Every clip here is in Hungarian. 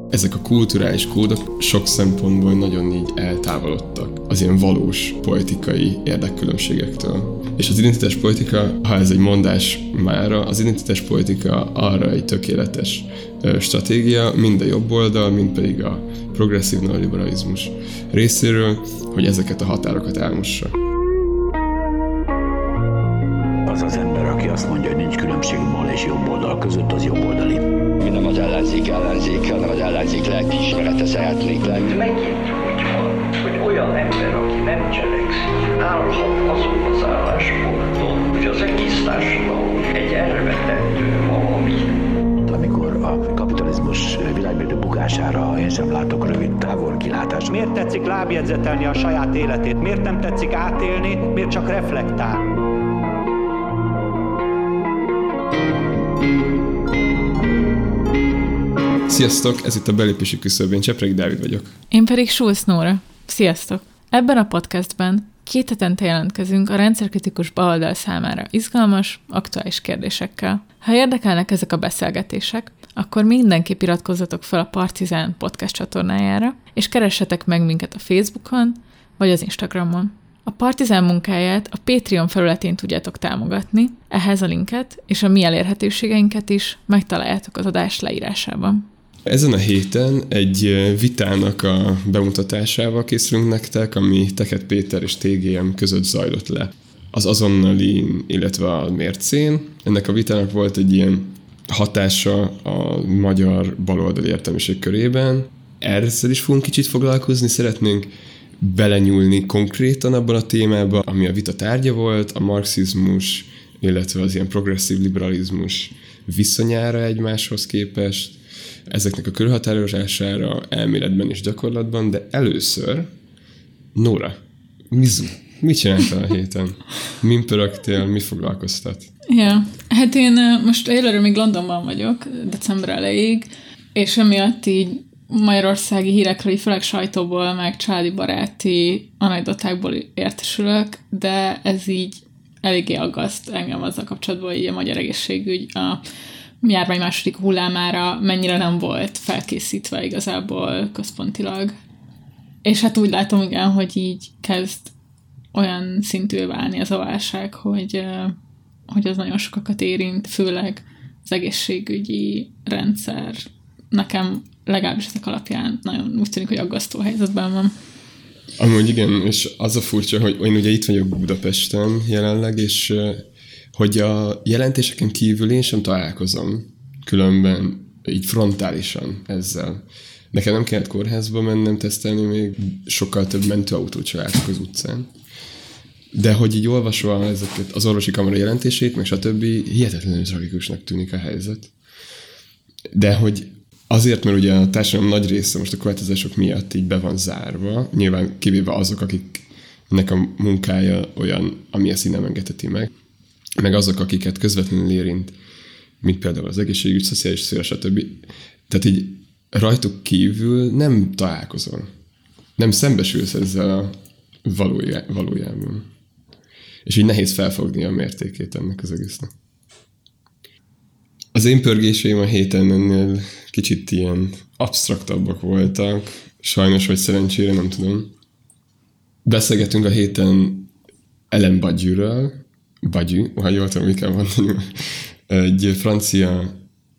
Ezek a kulturális kódok sok szempontból nagyon így eltávolodtak az ilyen valós politikai érdekkülönbségektől. És az identitáspolitika, ha ez egy mondás mára, az identitáspolitika arra egy tökéletes stratégia, mind a jobb oldal, mind pedig a progresszív neoliberalizmus részéről, hogy ezeket a határokat elmossa. Az az ember, aki azt mondja, hogy nincs különbség bal és jobb oldal között, az jobb oldali. Mi nem az ellenzék, hanem az ellenzék lelkiismerete szeretnék lenni. Megint úgy van, hogy olyan ember, aki nem cselekszik, állhat azon az állásponton, hogy az egész társadalom egy elvetendő valami. Amikor a kapitalizmus világmérdő bukására én sem látok rövid távol kilátást. Miért tetszik lábjegyzetelni a saját életét? Miért nem tetszik átélni? Miért csak reflektál? Sziasztok, ez itt a Belépési Küszöb, én Csepregi Dávid vagyok. Én pedig Schulz Nóra. Sziasztok! Ebben a podcastben 2 hetente jelentkezünk a rendszerkritikus baloldal számára izgalmas, aktuális kérdésekkel. Ha érdekelnek ezek a beszélgetések, akkor mindenképp iratkozzatok fel a Partizán podcast csatornájára, és keressetek meg minket a Facebookon vagy az Instagramon. A Partizán munkáját a Patreon felületén tudjátok támogatni, ehhez a linket és a mi elérhetőségeinket is megtaláljátok az adás leírásában. Ezen a héten egy vitának a bemutatásával készülünk nektek, ami Teket Péter és TGM között zajlott le. Az azonnali, illetve a mércén. Ennek a vitának volt egy ilyen hatása a magyar baloldali értelmiség körében. Ezzel is fogunk kicsit foglalkozni, szeretnénk belenyúlni konkrétan abban a témában, ami a vita tárgya volt, a marxizmus, illetve az ilyen progresszív liberalizmus viszonyára egymáshoz képest, ezeknek a körhatározására elméletben és gyakorlatban, de először, Nóra, Mizu, mit csináltál a héten? Min pörögtél, mi foglalkoztat? Ja, hát én most egyelőre még Londonban vagyok, december elejéig, és emiatt így magyarországi hírekről, így főleg sajtóból, meg családi baráti anekdotákból értesülök, de ez így eléggé aggaszt engem azzal kapcsolatban, hogy a magyar egészségügy a járvány második hullámára mennyire nem volt felkészítve igazából központilag. És hát úgy látom, igen, hogy így kezd olyan szintű válni ez a válság, hogy az nagyon sokakat érint, főleg az egészségügyi rendszer. Nekem legalábbis ezek alapján nagyon úgy tűnik, hogy aggasztó helyzetben van. Amúgy igen, és az a furcsa, hogy én ugye itt vagyok Budapesten jelenleg, és hogy a jelentéseken kívül én sem találkozom különben így frontálisan ezzel. Nekem nem kellett kórházba mennem tesztelni, még sokkal több mentőautót se látok az utcán. De hogy így olvasva ezeket az orvosi kamara jelentését, meg stb. Hihetetlenül tragikusnak tűnik a helyzet. De hogy azért, mert ugye a társadalom nagy része most a korlátozások miatt így be van zárva, nyilván kivéve azok, akiknek a munkája olyan, ami ezt így nem engedheti meg azok, akiket közvetlenül érint, mint például az egészségügy, szociális szféra, stb. Tehát így rajtuk kívül nem találkozol. Nem szembesülsz ezzel a valójában. És így nehéz felfogni a mértékét ennek az egésznek. Az én pörgéseim a héten ennél kicsit ilyen absztraktabbak voltak. Sajnos vagy szerencsére, nem tudom. Beszélgetünk a héten Ellen Badiouről, Badiou, ha jól tudom, mit kell mondani. Egy francia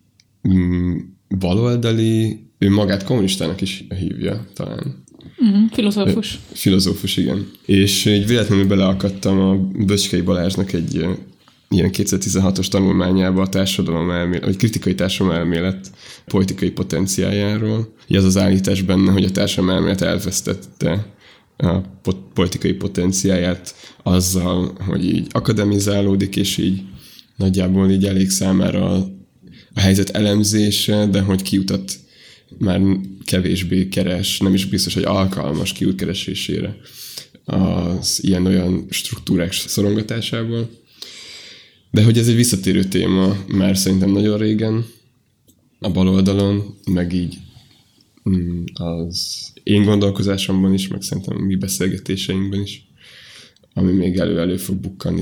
baloldali, ő magát kommunistának is hívja talán. Filozófus. Filozófus, igen. És így véletlenül beleakadtam a Böcskei Balázsnak egy ilyen 2016-os tanulmányába a vagy kritikai társadalomelmélet politikai potenciáljáról. Ez az állítás benne, hogy a társadalomelmélet elvesztette a politikai potenciáját azzal, hogy így akademizálódik, és így nagyjából így elég számára a helyzet elemzése, de hogy kiutat már kevésbé keres, nem is biztos, hogy alkalmas kiút keresésére az ilyen-olyan struktúrák szorongatásából. De hogy ez egy visszatérő téma már szerintem nagyon régen a baloldalon, meg így az én gondolkozásomban is, meg szerintem a mi beszélgetéseinkben is, ami még elő fog bukkanni,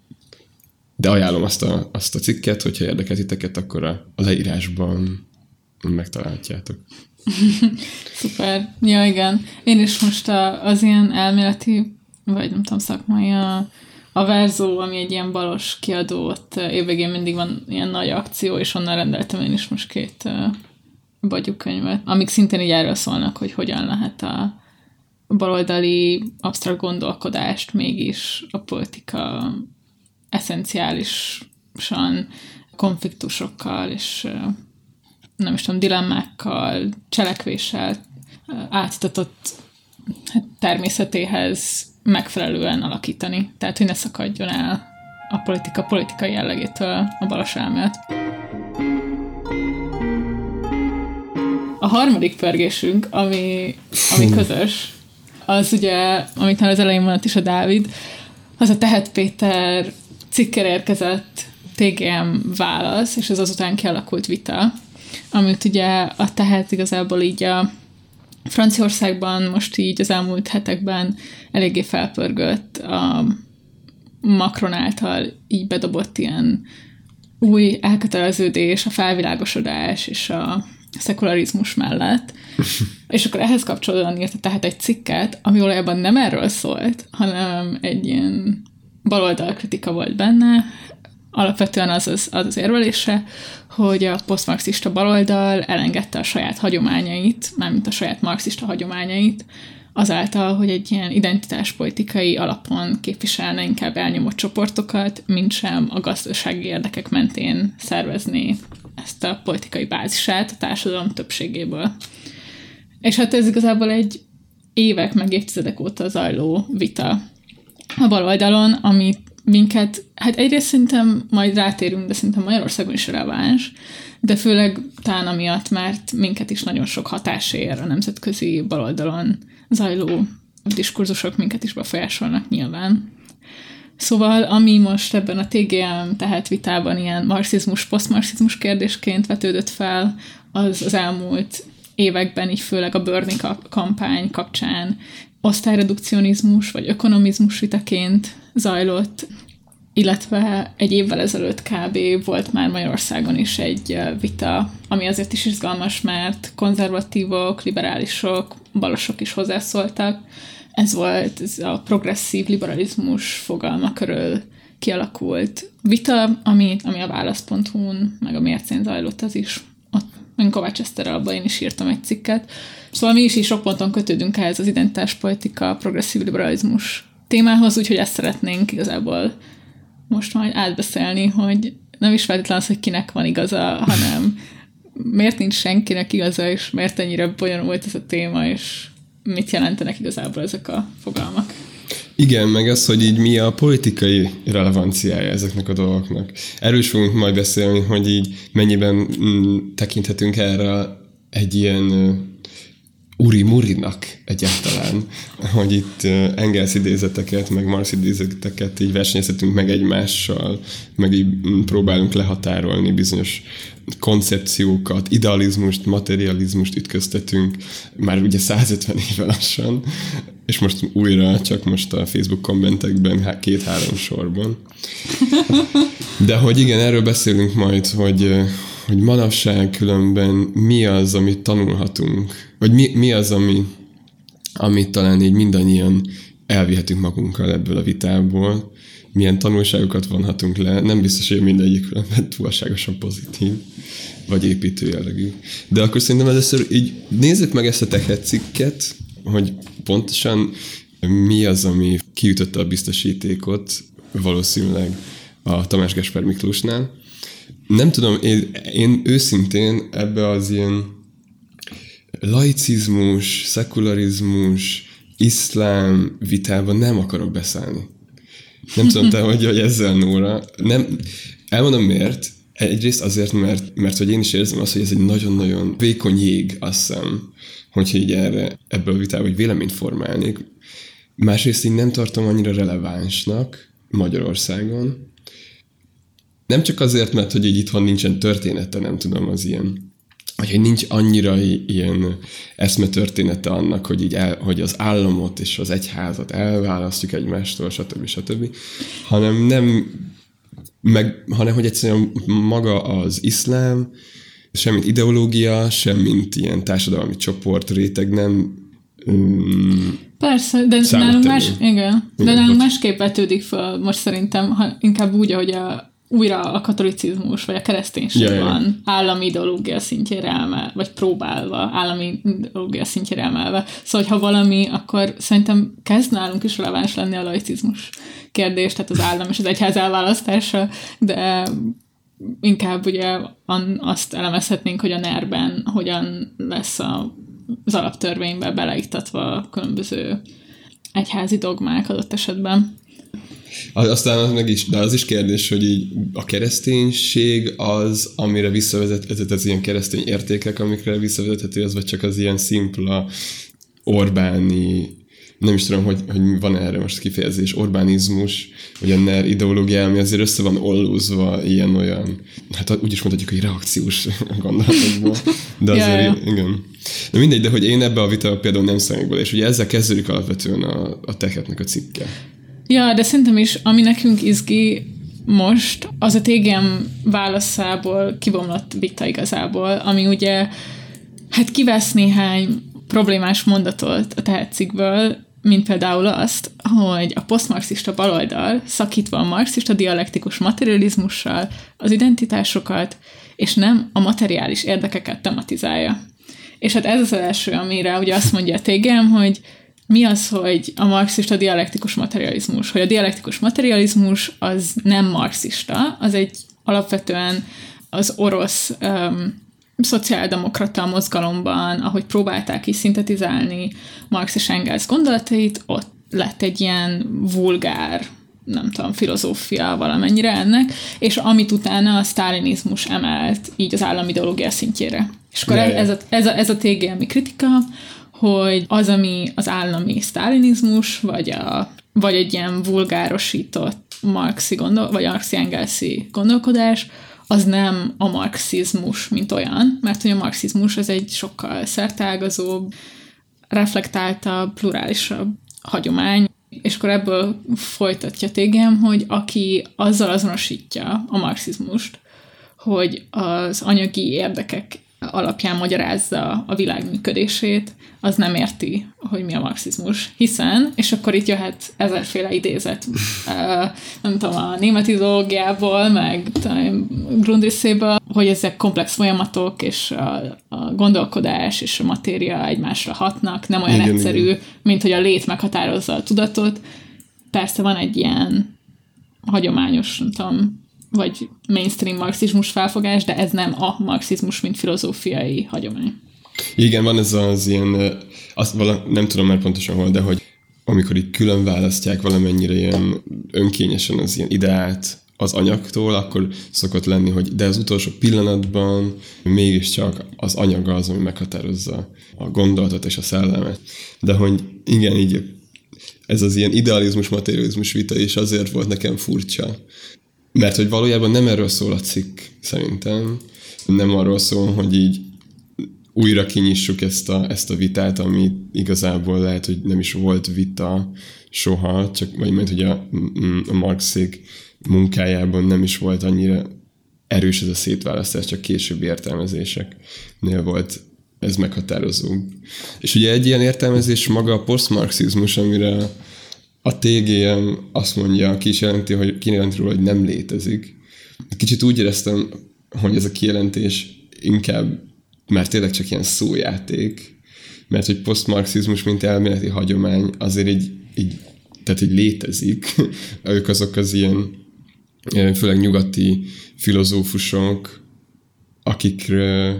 de ajánlom azt a cikket, hogyha érdekel titeket, akkor a leírásban megtalálhatjátok. Szuper. Ja, igen. Én is most az ilyen elméleti, vagy nem tudom, szakmai a Verzó, ami egy ilyen balos kiadó, ott évvégén mindig van ilyen nagy akció, és onnan rendeltem én is most 2 bagyukönyvet, amik szintén így erről szólnak, hogy hogyan lehet a baloldali absztrakt gondolkodást mégis a politika eszenciálisan konfliktusokkal és nem is tudom, dilemmákkal, cselekvéssel átitatott természetéhez megfelelően alakítani. Tehát, hogy ne szakadjon el a politikai jellegétől a balos elmélet. A harmadik pörgésünk, ami közös, az ugye, amit már az elején mondott is a Dávid, az a Tehet Péter cikkre érkezett TGM válasz, és az azután kialakult vita, amit ugye a Tehet igazából így a Franciaországban most így az elmúlt hetekben eléggé felpörgött a Macron által így bedobott ilyen új elköteleződés, a felvilágosodás és a szekularizmus mellett. És akkor ehhez kapcsolódóan írta tehát egy cikket, ami valójában nem erről szólt, hanem egy ilyen baloldal kritika volt benne. Alapvetően az érvelése, hogy a posztmarxista baloldal elengedte a saját hagyományait, mármint a saját marxista hagyományait, azáltal, hogy egy ilyen identitáspolitikai alapon képviselne inkább elnyomott csoportokat, mintsem a gazdasági érdekek mentén szervezni ezt a politikai bázisát a társadalom többségéből. És hát ez igazából egy évek, meg évtizedek óta zajló vita a baloldalon, amit minket, hát egyrészt szerintem majd rátérünk, de szerintem Magyarországon is releváns, de főleg talán amiatt, mert minket is nagyon sok hatás ér a nemzetközi baloldalon zajló diskurzusok minket is befolyásolnak nyilván. Szóval, ami most ebben a TGM tehát vitában ilyen marxizmus, posztmarxizmus kérdésként vetődött fel, az elmúlt években, így főleg a Bernie kampány kapcsán osztályredukcionizmus vagy ökonomizmus vitaként zajlott, illetve egy évvel ezelőtt kb. Volt már Magyarországon is egy vita, ami azért is izgalmas, mert konzervatívok, liberálisok, balosok is hozzászóltak. Ez volt a progresszív liberalizmus fogalma körül kialakult vita, ami a válasz.hu-n, meg a Mércén zajlott, az is. Ott én Kovács Eszterrel, abban én is írtam egy cikket. Szóval mi is sok ponton kötődünk ehhez az identitáspolitika, progresszív liberalizmus témához, úgyhogy ezt szeretnénk igazából most majd átbeszélni, hogy nem is feltétlenül az, hogy kinek van igaza, hanem miért nincs senkinek igaza, és miért ennyire bonyolult ez a téma, és mit jelentenek igazából ezek a fogalmak. Igen, meg az, hogy így mi a politikai relevanciája ezeknek a dolgoknak. Erről is fogunk majd beszélni, hogy így mennyiben tekinthetünk erre egy ilyen uri-murinak egyáltalán, hogy itt Engels idézeteket, meg Marx idézeteket így versenyezhetünk meg egymással, meg így próbálunk lehatárolni bizonyos koncepciókat, idealizmust, materializmust ütköztetünk, már ugye 150 éve lassan, és most újra, csak most a Facebook kommentekben 2-3 sorban. De hogy igen, erről beszélünk majd, hogy manapság különben mi az, amit tanulhatunk, vagy mi az, amit talán így mindannyian elvihetünk magunkkal ebből a vitából, milyen tanulságokat vonhatunk le, nem biztos, hogy mindegyik különben túlságosan pozitív, vagy építő jellegű. De akkor szerintem először így nézzük meg ezt a Tehet cikket, hogy pontosan mi az, ami kiütötte a biztosítékot valószínűleg a Tamás Gáspár Miklósnál. Nem tudom, én őszintén ebbe az ilyen laicizmus, szekularizmus, iszlám vitában nem akarok beszállni. Nem tudom te, hogy ezzel, Nóra. Nem, elmondom miért. Egyrészt azért, mert hogy én is érzem azt, hogy ez egy nagyon-nagyon vékony jég, azt hiszem, hogyha így ebből a vitából egy véleményt formálnék. Másrészt én nem tartom annyira relevánsnak Magyarországon. Nem csak azért, mert hogy így itthon nincsen története, nem tudom, az ilyen, vagy hogy nincs annyira ilyen eszmetörténete annak, hogy, így hogy az államot és az egyházat elválasztjuk egymástól, stb. Hanem hogy egyszerűen maga az iszlám sem mint ideológia, sem mint ilyen társadalmi csoport, réteg nem persze, de nálunk másképp vetődik fel most szerintem, inkább úgy, ahogy újra a katolicizmus vagy a kereszténység van állami ideológia szintjére emelve, vagy próbálva állami ideológia szintjére emelve. Szóval, ha valami, akkor szerintem kezd nálunk is releváns lenni a laicizmus kérdés, tehát az állam és az egyház elválasztása, de inkább ugye azt elemezhetnénk, hogy a NER-ben hogyan lesz az alaptörvénybe beleiktatva különböző egyházi dogmák adott esetben. Aztán de az is kérdés, hogy így a kereszténység az, amire visszavezethető, az ilyen keresztény értékek, amikre visszavezethető, az vagy csak az ilyen szimpla Orbáni, nem is tudom, hogy van erre most kifejezés, Orbánizmus, vagy a NER ideológia, ami azért össze van ollózva ilyen-olyan, hát úgy is mondhatjuk, hogy reakciós gondolatokból, de azért igen. De mindegy, de hogy én ebbe a vita például nem számítok bele, és ugye ezzel kezdődik alapvetően a Techetnek a cikke. Ja, de szerintem is, ami nekünk izgi most, az a TGM válaszából kibomlott vita igazából, ami ugye hát kivesz néhány problémás mondatot a Tehetcikkből, mint például azt, hogy a posztmarxista baloldal szakítva a marxista dialektikus materializmussal az identitásokat, és nem a materiális érdekeket tematizálja. És hát ez az első, amire ugye azt mondja a TGM, hogy mi az, hogy a marxista dialektikus materializmus? Hogy a dialektikus materializmus az nem marxista, az egy alapvetően az orosz szociáldemokrata mozgalomban, ahogy próbálták is szintetizálni Marx és Engels gondolatait, ott lett egy ilyen vulgár, nem tudom, filozófia valamennyire ennek, és amit utána a sztálinizmus emelt így az államideológia szintjére. És akkor ez a TGM-i kritika, hogy az, ami az állami sztálinizmus, vagy egy ilyen vulgárosított marxi vagy marxi-engelszi gondolkodás, az nem a marxizmus, mint olyan, mert hogy a marxizmus az egy sokkal szerteágazóbb, reflektáltabb, plurálisabb hagyomány, és akkor ebből folytatja TGM, hogy aki azzal azonosítja a marxizmust, hogy az anyagi érdekek alapján magyarázza a világ működését, az nem érti, hogy mi a marxizmus. Hiszen, és akkor itt jöhet ezerféle idézet, nem tudom, a német ideológiából, meg Grundrisséből, hogy ezek komplex folyamatok, és a gondolkodás és a matéria egymásra hatnak, nem olyan egyszerű, mint hogy a lét meghatározza a tudatot. Persze van egy ilyen hagyományos, nem tudom, vagy mainstream marxizmus felfogás, de ez nem a marxizmus, mint filozófiai hagyomány. Igen, van ez az ilyen, nem tudom már pontosan hol, de hogy amikor így külön választják valamennyire ilyen önkényesen az ilyen ideát az anyagtól, akkor szokott lenni, hogy de az utolsó pillanatban mégiscsak az anyag az, ami meghatározza a gondolatot és a szellemet. De hogy igen, így ez az ilyen idealizmus-materializmus vita is azért volt nekem furcsa, mert hogy valójában nem erről szól a cikk, szerintem. Nem arról szól, hogy így újra kinyissuk ezt a vitát, ami igazából lehet, hogy nem is volt vita soha, csak vagy mert hogy a Marxék munkájában nem is volt annyira erős ez a szétválasztás, csak későbbi értelmezéseknél volt ez meghatározóbb. És ugye egy ilyen értelmezés maga a posztmarxizmus, amire a TGM azt mondja, ki jelenti róla, hogy nem létezik. Kicsit úgy éreztem, hogy ez a kijelentés inkább már tényleg csak ilyen szójáték, mert hogy posztmarxizmus, mint elméleti hagyomány azért így tehát így létezik. Ők azok az ilyen főleg nyugati filozófusok, akikre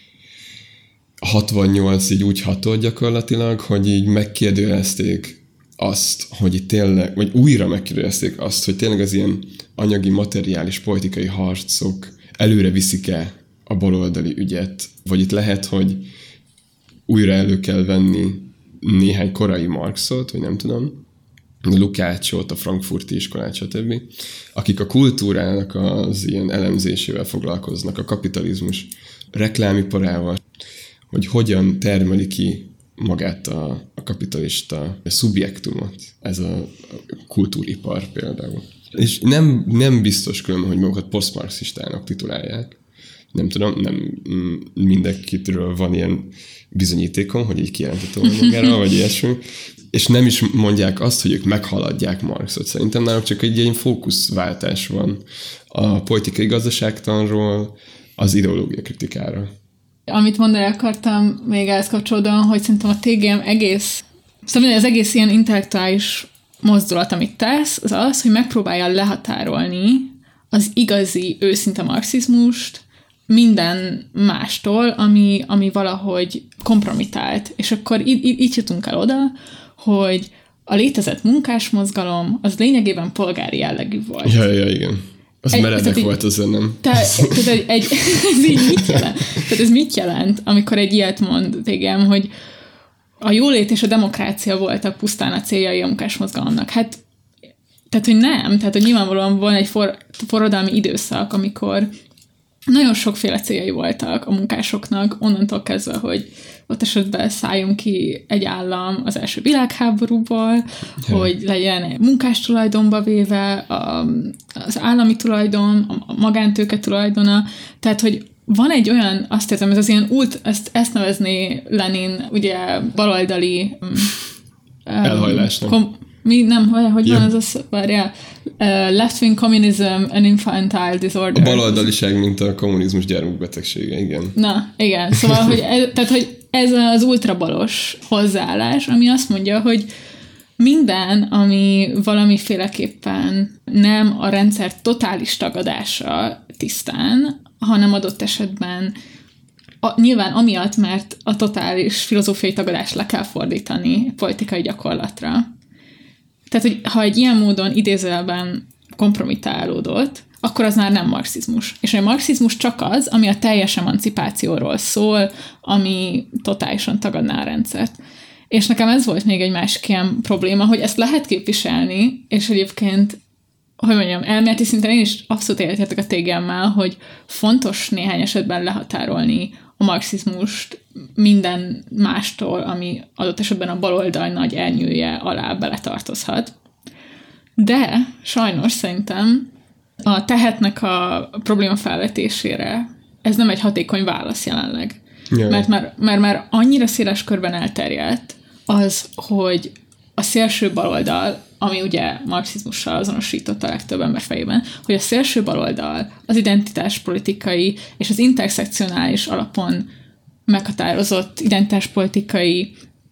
68 így úgy hatolt gyakorlatilag, hogy így megkérdőjelezték azt, hogy itt tényleg, vagy újra megkérdezték azt, hogy tényleg az ilyen anyagi, materiális, politikai harcok előre viszik-e a baloldali ügyet, vagy itt lehet, hogy újra elő kell venni néhány korai Marxot, vagy nem tudom, Lukácsot, a frankfurti iskolát, stb., akik a kultúrának az ilyen elemzésével foglalkoznak, a kapitalizmus reklámiparával, hogy hogyan termeli ki magát a kapitalista szubjektumot, ez a kultúripar például. És nem biztos különben, hogy magukat posztmarxistának titulálják, nem tudom, nem mindenkitről van ilyen bizonyítékom, hogy így kijelentett magára, vagy ilyesmi, és nem is mondják azt, hogy ők meghaladják Marxot. Szerintem náluk csak egy ilyen fókuszváltás van a politikai gazdaságtanról az ideológia kritikára. Amit mondani akartam még ehhez kapcsolódóan, hogy szerintem a TGM egész, szóval az egész ilyen intellektuális mozdulat, amit tesz, az az, hogy megpróbálja lehatárolni az igazi, őszinte marxizmust minden mástól, ami valahogy kompromitált. És akkor így jutunk el oda, hogy a létezett munkásmozgalom az lényegében polgári jellegű volt. Ja, igen. Az meredek volt az nem. Tehát ez így mit jelent? Tehát ez mit jelent, amikor egy ilyet mond TGM, hogy a jólét és a demokrácia voltak pusztán a céljai a munkásmozgalomnak? Hát, tehát, hogy nem. Tehát, hogy nyilvánvalóan van egy forradalmi időszak, amikor nagyon sokféle céljai voltak a munkásoknak, onnantól kezdve, hogy ott esetben szálljunk ki egy állam az első világháborúból, hogy legyen munkás tulajdonba véve az állami tulajdon, a magántőke tulajdona, tehát, hogy van egy olyan, azt érzem, ez az ilyen ezt nevezné Lenin, ugye baloldali elhajlásnak. Hogy van az várjál, left-wing communism and infantile disorder. A baloldaliság, mint a kommunizmus gyermekbetegsége, igen. Na, igen. Szóval, hogy ez az ultrabalos hozzáállás, ami azt mondja, hogy minden, ami valamiféleképpen nem a rendszer totális tagadása tisztán, hanem adott esetben nyilván amiatt, mert a totális filozófiai tagadást le kell fordítani politikai gyakorlatra. Tehát, hogy ha egy ilyen módon idézőjelben kompromitálódott, akkor az már nem marxizmus. És a marxizmus csak az, ami a teljes emancipációról szól, ami totálisan tagadná a rendszert. És nekem ez volt még egy másik ilyen probléma, hogy ezt lehet képviselni, és egyébként, hogy mondjam, elméleti szinten én is abszolút egyetértek a TGM-mel, hogy fontos néhány esetben lehatárolni a marxizmust minden mástól, ami adott esetben a baloldal nagy elnyője alá beletartozhat. De sajnos szerintem a tehetnek a probléma felvetésére ez nem egy hatékony válasz jelenleg. Yeah. Mert már annyira széles körben elterjedt az, hogy a szélső baloldal, ami ugye marxizmussal azonosított a legtöbb ember fejében, hogy a szélső baloldal az identitáspolitikai és az interszekcionális alapon meghatározott identitáspolitikai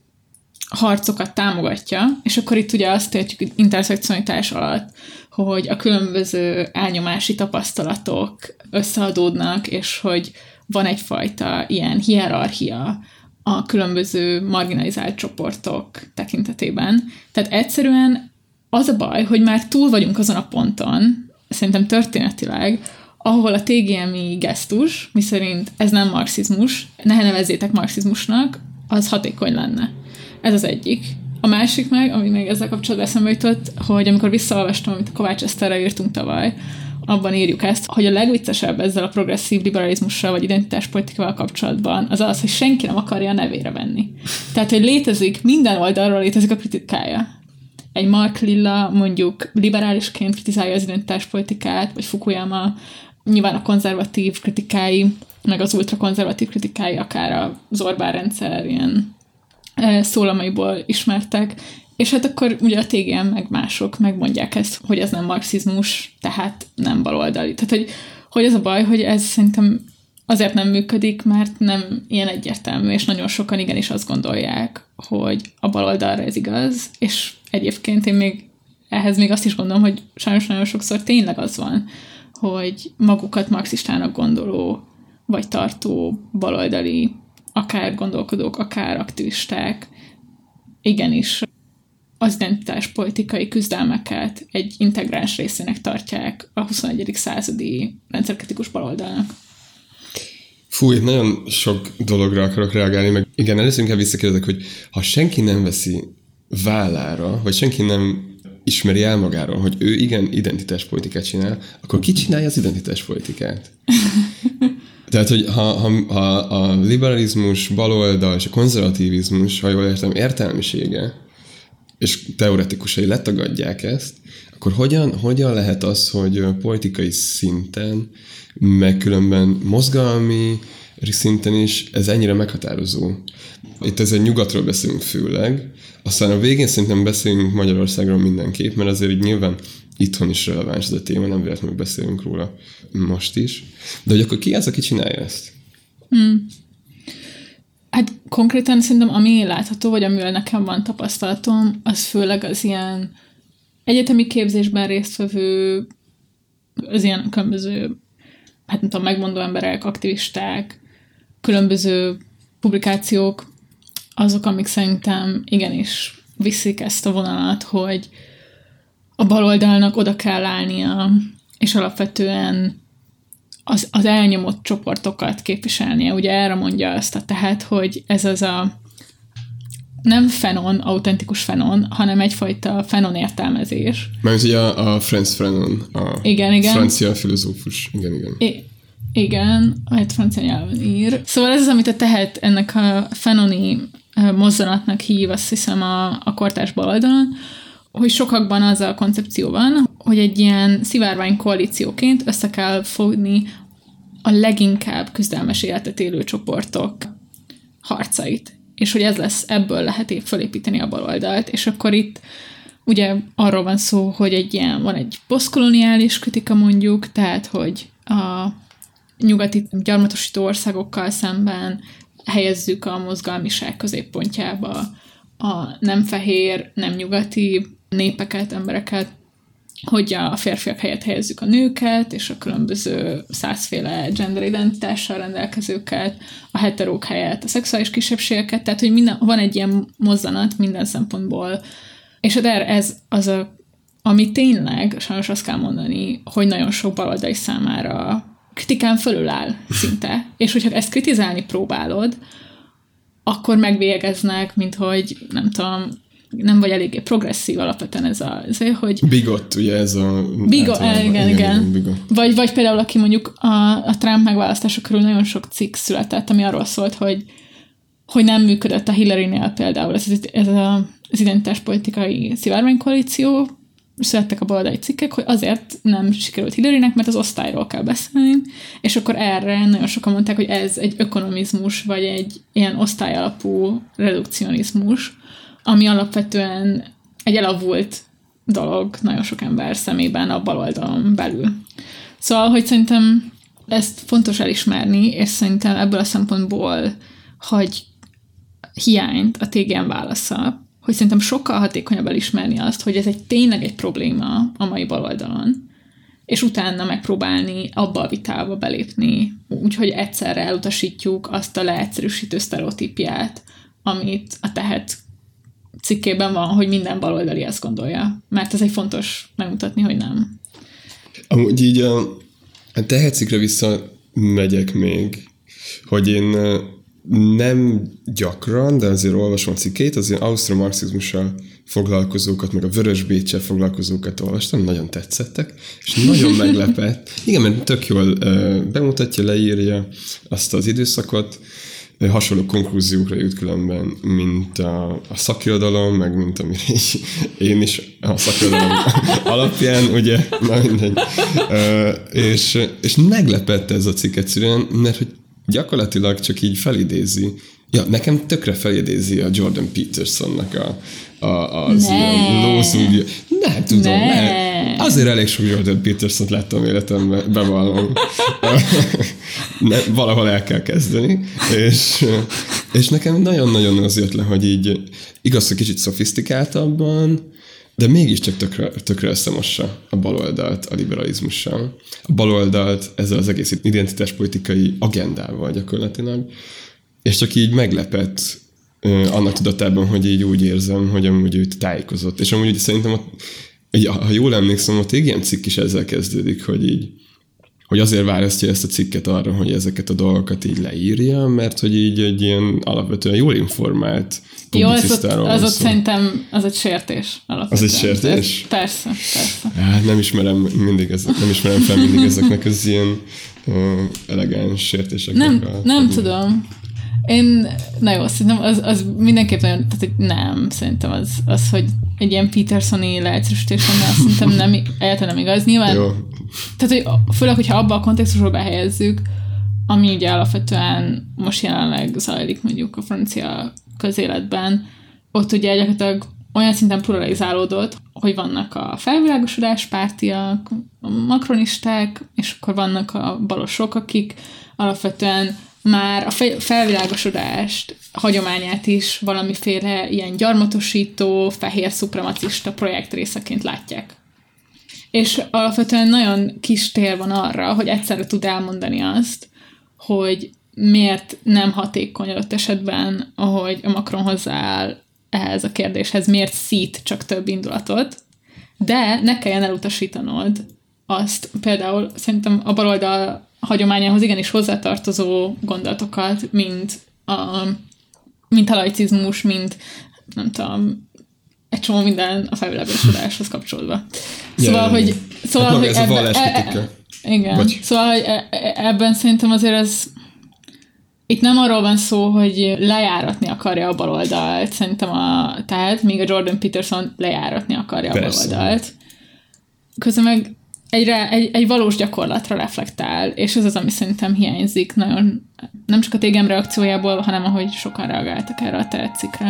harcokat támogatja, és akkor itt ugye azt értjük interszekcionalitás alatt, hogy a különböző elnyomási tapasztalatok összeadódnak, és hogy van egyfajta ilyen hierarchia a különböző marginalizált csoportok tekintetében. Tehát egyszerűen az a baj, hogy már túl vagyunk azon a ponton, szerintem történetileg, ahol a TGM-i gesztus, miszerint ez nem marxizmus, ne nevezzétek marxizmusnak, az hatékony lenne. Ez az egyik. A másik meg, ami még ezzel kapcsolatban eszembe jutott, hogy amikor visszaolvastam, amit a Kovács Eszterrel írtunk tavaly, abban írjuk ezt, hogy a legviccesebb ezzel a progresszív liberalizmussal vagy identitáspolitikával kapcsolatban az az, hogy senki nem akarja a nevére venni. Tehát, hogy létezik, minden oldalról létezik a kritikája. Egy Mark Lilla mondjuk liberálisként kritizálja az identitáspolitikát, vagy Fukuyama nyilván a konzervatív kritikái, meg az ultrakonzervatív kritikái, akár az Orbán rendszer ilyen szólamaiból ismertek, és hát akkor ugye a TGM meg mások megmondják ezt, hogy ez nem marxizmus, tehát nem baloldali. Tehát, hogy az a baj, hogy ez szerintem azért nem működik, mert nem ilyen egyértelmű, és nagyon sokan igenis azt gondolják, hogy a baloldalra ez igaz, és egyébként én ehhez még azt is gondolom, hogy sajnos nagyon sokszor tényleg az van, hogy magukat marxistának gondoló, vagy tartó baloldali, akár gondolkodók, akár aktivisták, igenis az identitáspolitikai küzdelmeket egy integráns részének tartják a 21. századi rendszerkritikus baloldalnak. Fú, itt nagyon sok dologra akarok reagálni, meg igen, először inkább visszakérdezek, hogy ha senki nem veszi vállára, vagy senki nem ismeri el magáról, hogy ő igen identitáspolitikát csinál, akkor ki csinálja az identitáspolitikát? Tehát, hogy ha a liberalizmus, baloldal és a konzervativizmus, ha jól értem, értelmisége, és teoretikusai letagadják ezt, akkor hogyan lehet az, hogy politikai szinten, meg különben mozgalmi szinten is ez ennyire meghatározó? Itt ezzel nyugatról beszélünk főleg, aztán a végén szerintem beszélünk Magyarországról mindenképp, mert azért így nyilván itthon is releváns ez a téma, nem véletlenül beszélünk róla most is. De hogy akkor ki az, aki csinálja ezt? Hát konkrétan szerintem ami látható, vagy amivel nekem van tapasztalatom, az főleg az ilyen egyetemi képzésben résztvevő, az ilyen különböző, hát nem tudom, megmondó emberek, aktivisták, különböző publikációk, azok, amik szerintem igenis viszik ezt a vonalat, hogy a baloldalnak oda kell állnia, és alapvetően az elnyomott csoportokat képviselnie. Ugye erre mondja azt a tehát, hogy ez az a nem fenon, autentikus fenon, hanem egyfajta fenon értelmezés. Mert ugye a Franz Fanon, a igen. francia filozófus. Igen. Igen, egy francia nyelven ír. Szóval ez az, amit a tehet ennek a fenoni mozzanatnak hív, azt hiszem a kortárs baloldalon, hogy sokakban az a koncepció van, hogy egy ilyen szivárvány koalícióként össze kell fogni a leginkább küzdelmes életet élő csoportok harcait. És hogy ez lesz, ebből lehet fölépíteni a baloldalt. És akkor itt ugye arról van szó, hogy van egy posztkoloniális kritika mondjuk, tehát hogy a nyugati gyarmatosító országokkal szemben helyezzük a mozgalmiság középpontjába a nem fehér, nem nyugati népeket, embereket, hogy a férfiak helyett helyezzük a nőket, és a különböző 100-féle gender identitással rendelkezőket, a heterók helyett a szexuális kisebbségeket, tehát hogy van egy ilyen mozzanat minden szempontból, és ez az ami tényleg, sajnos azt kell mondani, hogy nagyon sok baloldali számára kritikán fölül áll szinte, és hogyha ezt kritizálni próbálod, akkor megvélegeznek, mint hogy nem tudom, nem vagy eléggé progresszív alapvetően ez hogy... Bigot, ugye ez a... Igen. Bigot. Vagy például, aki mondjuk a Trump megválasztása körül nagyon sok cikk született, ami arról szólt, hogy nem működött a Hillary-nél például ez az identitáspolitikai szivárványkoalíció, születtek a baloldali cikkek, hogy azért nem sikerült Hillary-nek, mert az osztályról kell beszélni, és akkor erre nagyon sokan mondták, hogy ez egy ökonomizmus, vagy egy ilyen osztályalapú redukcionizmus, ami alapvetően egy elavult dolog nagyon sok ember szemében a baloldalon belül. Szóval, hogy szerintem ezt fontos elismerni, és szerintem ebből a szempontból hagy hiányt a TGM válasza, hogy szerintem sokkal hatékonyabb elismerni azt, hogy ez tényleg egy probléma a mai baloldalon, és utána megpróbálni abba a vitába belépni, úgyhogy egyszerre elutasítjuk azt a leegyszerűsítő sztereotípiát, amit a tehet cikkében van, hogy minden baloldali ezt gondolja. Mert ez egy fontos megmutatni, hogy nem. Amúgy így a tehetcikkre visszamegyek még, hogy én nem gyakran, de azért olvasom a cikkét, az ilyen ausztromarxizmussal foglalkozókat, meg a Vörös Béccsel foglalkozókat olvastam, nagyon tetszettek, és nagyon meglepett. Igen, mert tök jól bemutatja, leírja azt az időszakot, hasonló konklúziókra jut különben, mint a szakirodalom, meg mint amire én is a szakirodalom alapján, ugye, na mindegy. És meglepett ez a cikk egyszerűen, mert hogy gyakorlatilag csak így felidézi. Ja, nekem tökre felidézi a Jordan Petersonnak az ilyen lózungja. Nem tudom, azért elég sok Jordan Petersont láttam életemben, bevallom. Valahol el kell kezdeni, és nekem nagyon-nagyon az jött le, hogy így igaz, hogy kicsit szofisztikáltabban, de mégiscsak tökre összemossa a baloldalt a liberalizmussal. A baloldalt ezzel az egész identitáspolitikai agendával gyakorlatilag, és csak így meglepett annak tudatában, hogy így úgy érzem, hogy amúgy őt tájékozott. És amúgy szerintem, ha jól emlékszem, a TGM cikk is ezzel kezdődik, hogy azért választja ezt a cikket arra, hogy ezeket a dolgokat így leírja, mert hogy így egy ilyen alapvetően jól informált publicisztáról az ott szerintem az egy sértés alapvetően. Az egy sértés? Persze. Hát nem ismerem fel mindig ezeknek az ilyen elegáns sértéseknek. Nem tudom. Na jó, szerintem az mindenképp nagyon, tehát hogy nem, szerintem az, hogy egy ilyen Petersoni leegyszerűsítés lenne, azt szerintem nem igaz. Nyilván, jó. Tehát, hogy főleg, hogyha abba a kontextusba behelyezzük, ami ugye alapvetően most jelenleg zajlik mondjuk a francia közéletben, ott ugye gyakorlatilag olyan szinten pluralizálódott, hogy vannak a felvilágosodás pártiak, a makronisták, és akkor vannak a balosok, akik alapvetően már a felvilágosodást, hagyományát is valamiféle ilyen gyarmatosító, fehér szupremacista projekt részeként látják. És alapvetően nagyon kis tér van arra, hogy egyszerre tud elmondani azt, hogy miért nem hatékony adott esetben, ahogy a Macron hozzááll ehhez a kérdéshez, miért szít csak több indulatot, de ne kelljen elutasítanod azt, például szerintem a baloldal hagyományához igenis hozzátartozó gondolatokat, mint a laicizmus, mint nem tudom, egy csomó minden a felvilágosodáshoz kapcsolódva. Szóval, hogy ez a valláskritika. Igen. Bocs. Szóval, hogy ebben szerintem azért ez itt nem arról van szó, hogy lejáratni akarja a baloldalt, szerintem tehát még a Jordan Peterson lejáratni akarja a baloldalt. Közben meg egy valós gyakorlatra reflektál, és ez az, ami szerintem hiányzik nagyon, nem csak a TGM reakciójából, hanem ahogy sokan reagáltak erre a tehetcikre.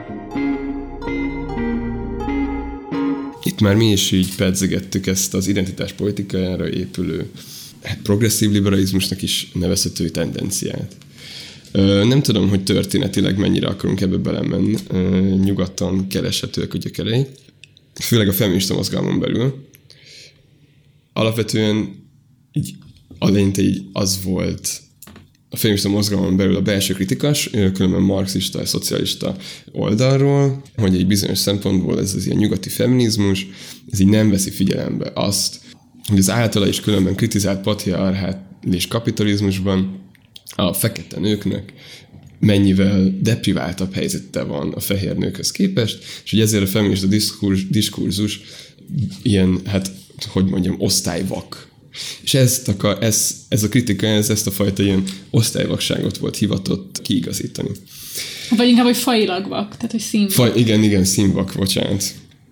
Itt már mi is így pedzegettük ezt az identitás politikájára épülő progresszív liberalizmusnak is nevezhető tendenciát. Nem tudom, hogy történetileg mennyire akarunk ebbe belemenni. Nyugaton kereshetőek a gyökerei. Főleg a feminista mozgalmon belül. Alapvetően így eleinte így az volt a feminista mozgalmon belül a belső kritikas, különben marxista és szocialista oldalról, hogy egy bizonyos szempontból ez az ilyen nyugati feminizmus, ez így nem veszi figyelembe azt, hogy az általa is különben kritizált patriarchális kapitalizmusban a fekete nőknek mennyivel depriváltabb helyzete van a fehér nőkhöz képest, és hogy ezért a feminista diskurzus ilyen, hát hogy mondjam, osztályvak. És ez a kritika, ezt a fajta ilyen osztályvakságot volt hivatott kiigazítani. Vagy inkább, hogy fajilag vak, tehát hogy színvak. Igen, színvak, bocsánat.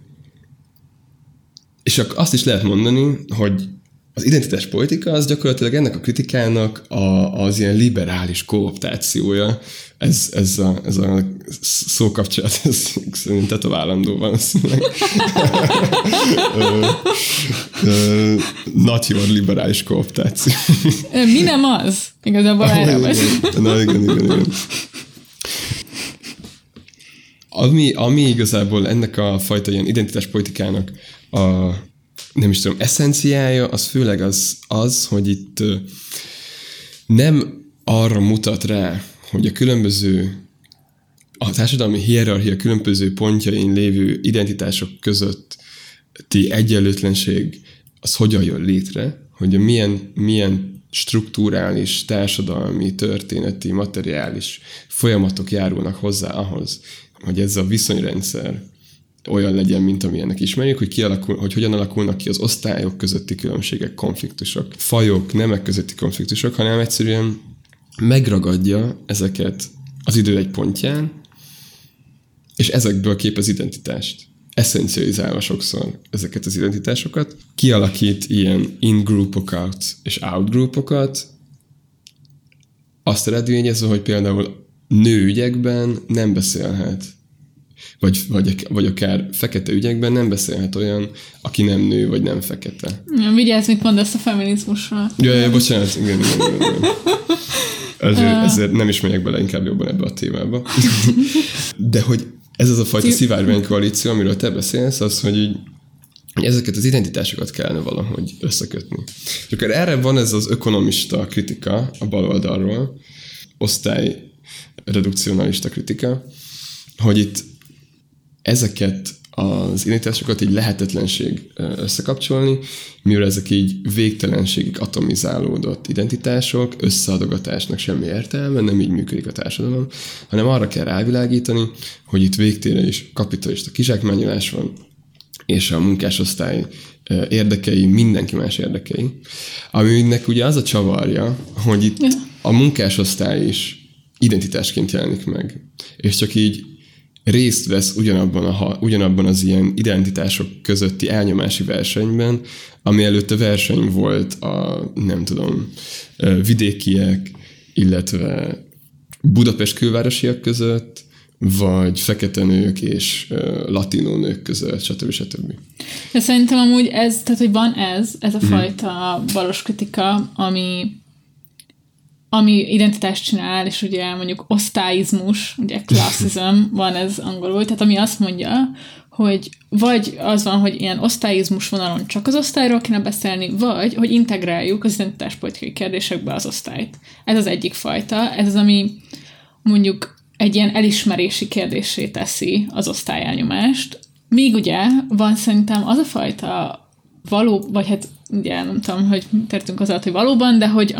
És azt is lehet mondani, hogy az identitás politika az gyakorlatilag ennek a kritikának az ilyen liberális kooptációja. Ez a szókapcsolat, ez szerint tetoválandó valószínűleg. Not your liberális kooptáció. Mi nem az? Igazából erre vagy. Na igen. Ami igazából ennek a fajta ilyen identitáspolitikának nem is tudom, eszenciája, az főleg az, hogy itt nem arra mutat rá, hogy a társadalmi hierarchia különböző pontjain lévő identitások közötti egyenlőtlenség az hogyan jön létre, hogy milyen strukturális, társadalmi, történeti, materiális folyamatok járulnak hozzá ahhoz, hogy ez a viszonyrendszer olyan legyen, mint amilyennek ismerjük, hogy hogyan alakulnak ki az osztályok közötti különbségek, konfliktusok, fajok, nemek közötti konfliktusok, hanem egyszerűen megragadja ezeket az idő egy pontján, és ezekből képez identitást. Eszencializálva sokszor ezeket az identitásokat. Kialakít ilyen in-groupokat és out-groupokat, azt eredményezve, hogy például nőügyekben nem beszélhet, vagy akár fekete ügyekben nem beszélhet olyan, aki nem nő, vagy nem fekete. Vigyázz, mit mondasz a feminizmusról. Ja, bocsánat, igen. Ezért nem is megyek bele inkább jobban ebbe a témába. De hogy ez az a fajta szivárványkoalíció, amiről te beszélsz, az, hogy így ezeket az identitásokat kellene valahogy összekötni. És akkor erre van ez az ökonomista kritika a baloldalról, osztályredukcionalista kritika, hogy itt ezeket az identitásokat így lehetetlenség összekapcsolni, mivel ezek így végtelenségig atomizálódott identitások, összeadogatásnak semmi értelme, nem így működik a társadalom, hanem arra kell rávilágítani, hogy itt végtére is kapitalista kizsákmányolás van, és a munkásosztály érdekei, mindenki más érdekei. Aminek ugye az a csavarja, hogy itt a munkásosztály is identitásként jelenik meg. És csak így részt vesz ugyanabban az ilyen identitások közötti elnyomási versenyben, ami előtte verseny volt a, nem tudom, vidékiek, illetve Budapest külvárosiak között, vagy fekete nők és latinó nők között, stb. De szerintem amúgy ez, tehát hogy van ez a fajta valós kritika, ami identitást csinál, és ugye mondjuk osztályizmus, ugye classism van ez angolul, tehát ami azt mondja, hogy vagy az van, hogy ilyen osztályizmus vonalon csak az osztályról kéne beszélni, vagy hogy integráljuk az identitáspolitikai kérdésekbe az osztályt. Ez az egyik fajta, ez az, ami mondjuk egy ilyen elismerési kérdéssé teszi az osztályelnyomást. Míg ugye van szerintem az a fajta vagy hát ugye nem tudom, hogy tertünk az alatt, hogy valóban, de hogy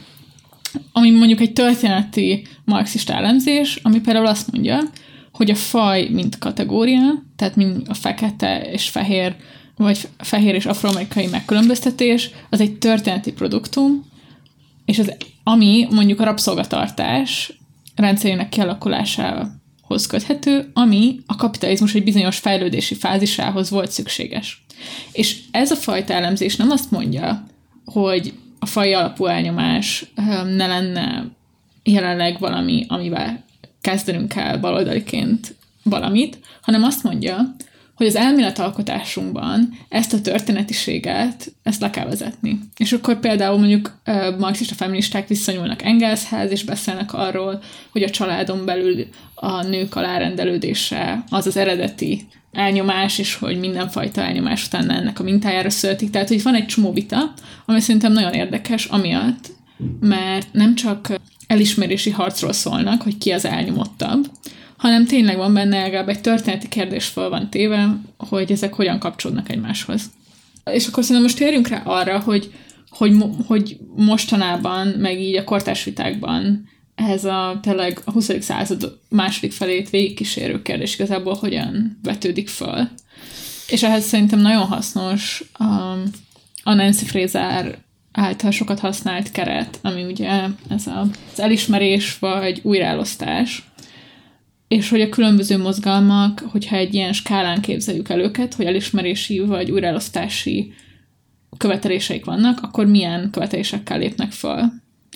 ami mondjuk egy történeti marxista elemzés, ami például azt mondja, hogy a faj mint kategória, tehát mint a fekete és fehér, vagy fehér és afroamerikai megkülönböztetés, az egy történeti produktum, és ami mondjuk a rabszolgatartás rendszerének kialakulásához köthető, ami a kapitalizmus egy bizonyos fejlődési fázisához volt szükséges. És ez a fajta elemzés nem azt mondja, hogy a faji alapú elnyomás ne lenne jelenleg valami, amivel kezdenünk kell baloldaliként valamit, hanem azt mondja, hogy az elméletalkotásunkban ezt a történetiséget, ezt le kell vezetni. És akkor például mondjuk marxista feministák viszonyulnak Engelshez, és beszélnek arról, hogy a családon belül a nők alárendelődése az az eredeti elnyomás, és hogy mindenfajta elnyomás után ennek a mintájára születik. Tehát, hogy van egy csomó vita, ami szerintem nagyon érdekes, amiatt, mert nem csak elismerési harcról szólnak, hogy ki az elnyomottabb, hanem tényleg van benne legalább egy történeti kérdés fel van téve, hogy ezek hogyan kapcsolódnak egymáshoz. És akkor szerintem most térjünk rá arra, hogy mostanában, meg így a kortárs vitákban ez tényleg a 20. század második felét végigkísérő kérdés igazából hogyan vetődik föl. És ehhez szerintem nagyon hasznos a Nancy Fraser által sokat használt keret, ami ugye ez az elismerés vagy újraelosztás, és hogy a különböző mozgalmak, hogyha egy ilyen skálán képzeljük el őket, hogy elismerési vagy újraelosztási követeléseik vannak, akkor milyen követelésekkel lépnek föl.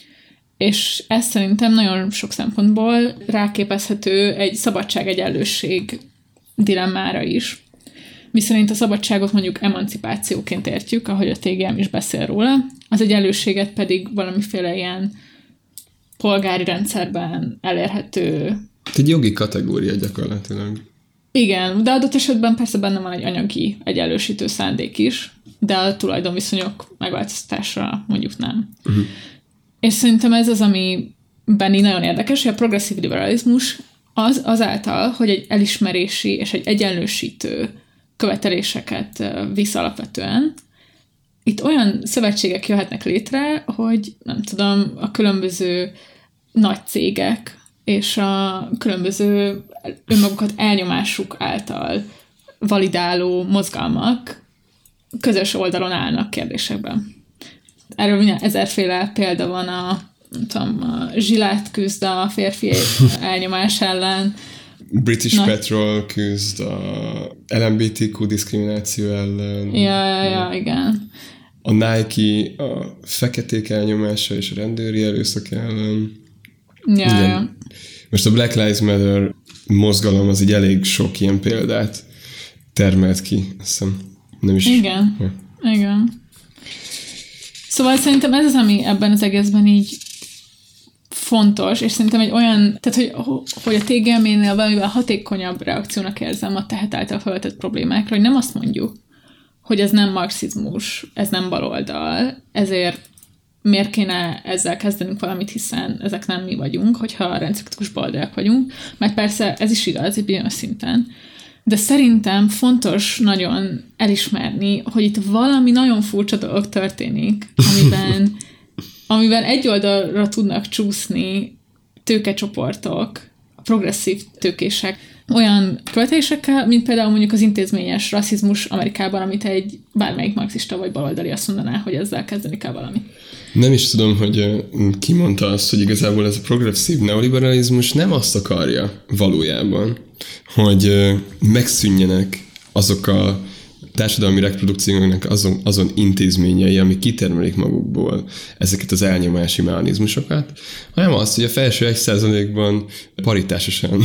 És ez szerintem nagyon sok szempontból ráképezhető egy szabadságegyenlőség dilemmára is. Miszerint a szabadságot mondjuk emancipációként értjük, ahogy a TGM is beszél róla, az egyenlőséget pedig valamiféle ilyen polgári rendszerben elérhető. Egy jogi kategória gyakorlatilag. Igen, de adott esetben persze benne van egy anyagi egyenlősítő szándék is, de a tulajdonviszonyok megváltoztatásra mondjuk nem. Uh-huh. És szerintem ez az, amiben így nagyon érdekes, hogy a progresszív liberalizmus azáltal, hogy egy elismerési és egy egyenlősítő követeléseket visz alapvetően, itt olyan szövetségek jöhetnek létre, hogy nem tudom, a különböző nagy cégek és a különböző önmagukat elnyomásuk által validáló mozgalmak közös oldalon állnak kérdésekben. Erről minden ezerféle példa van, a Gillette küzd a férfi elnyomás ellen. British Petrol küzd a LMBTQ diszkrimináció ellen. Ja, igen. A Nike a feketék elnyomása és a rendőri erőszak ellen. Ja. Most a Black Lives Matter mozgalom az így elég sok ilyen példát termelt ki, azt hiszem. Nem is. Igen. Ja. Igen. Szóval szerintem ez az, ami ebben az egészben így fontos, és szerintem egy olyan, tehát hogy a TGM-nél valamivel hatékonyabb reakciónak érzem a tehet által felvetett problémákra, hogy nem azt mondjuk, hogy ez nem marxizmus, ez nem baloldal, ezért miért kéne ezzel kezdenünk valamit, hiszen ezek nem mi vagyunk, hogyha rendszerkritikus baloldalak vagyunk, mert persze ez is igaz, egy bizonyos szinten, de szerintem fontos nagyon elismerni, hogy itt valami nagyon furcsa dolog történik, amiben egy oldalra tudnak csúszni tőkecsoportok, progresszív tőkések, olyan követésekkel, mint például mondjuk az intézményes rasszizmus Amerikában, amit egy bármelyik marxista vagy baloldali azt mondaná, hogy ezzel kezdeni kell valamit. Nem is tudom, hogy ki mondta azt, hogy igazából ez a progresszív neoliberalizmus nem azt akarja valójában, hogy megszűnjenek azok a társadalmi reprodukcióknak azon intézményei, amik kitermelik magukból ezeket az elnyomási mechanizmusokat, hanem azt, hogy a felső 1%-ban paritásosan